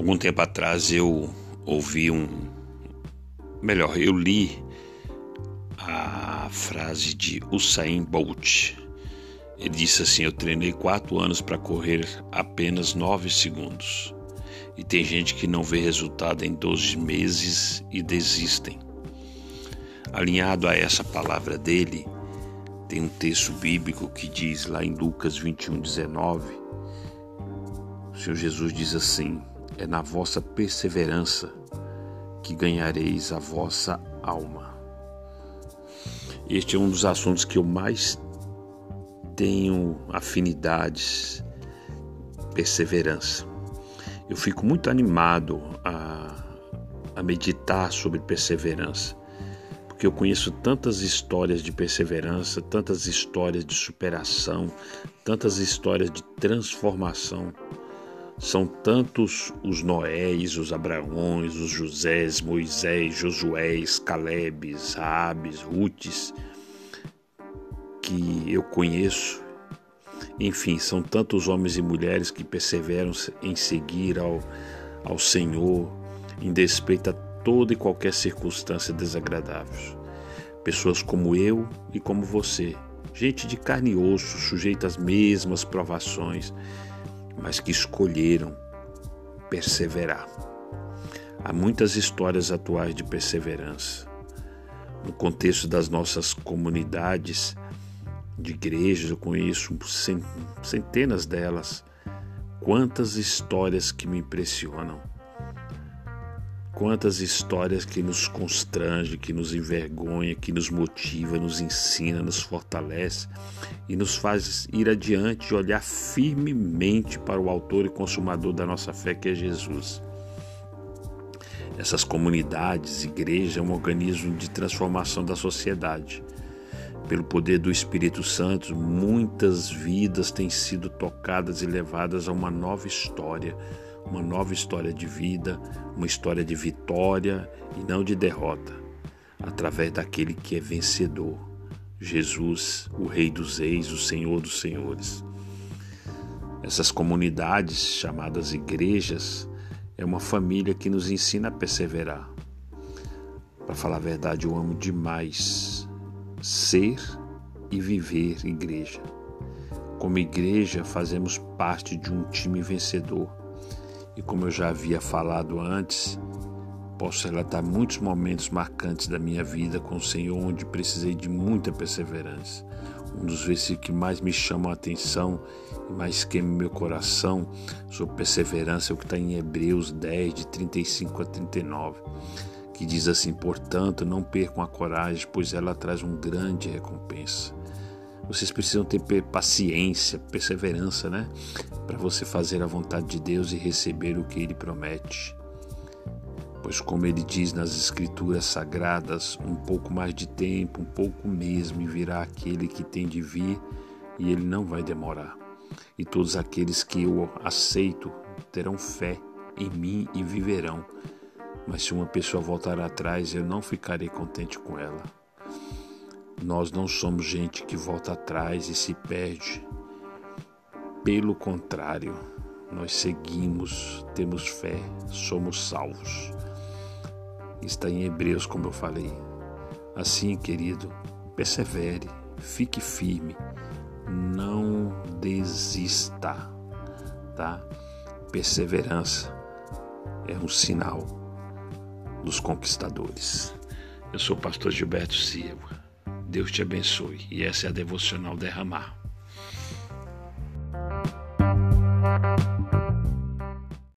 Algum tempo atrás eu li a frase de Usain Bolt. Ele disse assim: eu treinei 4 anos para correr apenas 9 segundos. E tem gente que não vê resultado em 12 meses e desistem. Alinhado a essa palavra dele, tem um texto bíblico que diz lá em Lucas 21:19, o Senhor Jesus diz assim: é na vossa perseverança que ganhareis a vossa alma. Este é um dos assuntos que eu mais tenho afinidades, perseverança. Eu fico muito animado a meditar sobre perseverança, porque eu conheço tantas histórias de perseverança, tantas histórias de superação, tantas histórias de transformação. São tantos os Noés, os Abraões, os Josés, Moisés, Josués, Calebes, Raabes, Rutes, que eu conheço. Enfim, são tantos homens e mulheres que perseveram em seguir ao Senhor, em despeito a toda e qualquer circunstância desagradável. Pessoas como eu e como você, gente de carne e osso, sujeita às mesmas provações, mas que escolheram perseverar. Há muitas histórias atuais de perseverança. No contexto das nossas comunidades de igrejas, eu conheço centenas delas. Quantas histórias que me impressionam. Quantas histórias que nos constrange, que nos envergonha, que nos motiva, nos ensina, nos fortalece e nos faz ir adiante e olhar firmemente para o autor e consumador da nossa fé, que é Jesus. Essas comunidades, igreja, é um organismo de transformação da sociedade. Pelo poder do Espírito Santo, muitas vidas têm sido tocadas e levadas a uma nova história de vida, uma história de vitória e não de derrota, através daquele que é vencedor, Jesus, o Rei dos Reis, o Senhor dos Senhores. Essas comunidades, chamadas igrejas, é uma família que nos ensina a perseverar. Para falar a verdade, eu amo demais ser e viver igreja. Como igreja, fazemos parte de um time vencedor. E como eu já havia falado antes, posso relatar muitos momentos marcantes da minha vida com o Senhor, onde precisei de muita perseverança. Um dos versículos que mais me chamam a atenção e mais queima meu coração sobre perseverança é o que está em Hebreus 10, de 35 a 39, que diz assim: portanto, não percam a coragem, pois ela traz uma grande recompensa. Vocês precisam ter paciência, perseverança, para você fazer a vontade de Deus e receber o que Ele promete. Pois como Ele diz nas Escrituras Sagradas, um pouco mais de tempo, um pouco mesmo, e virá aquele que tem de vir, e Ele não vai demorar. E todos aqueles que eu aceito terão fé em mim e viverão. Mas se uma pessoa voltar atrás, eu não ficarei contente com ela. Nós não somos gente que volta atrás e se perde. Pelo contrário, nós seguimos, temos fé, somos salvos. Está em Hebreus, como eu falei. Assim, querido, persevere, fique firme, não desista, tá? Perseverança é um sinal dos conquistadores. Eu sou o pastor Gilberto Silva. Deus te abençoe. E essa é a Devocional Derramar.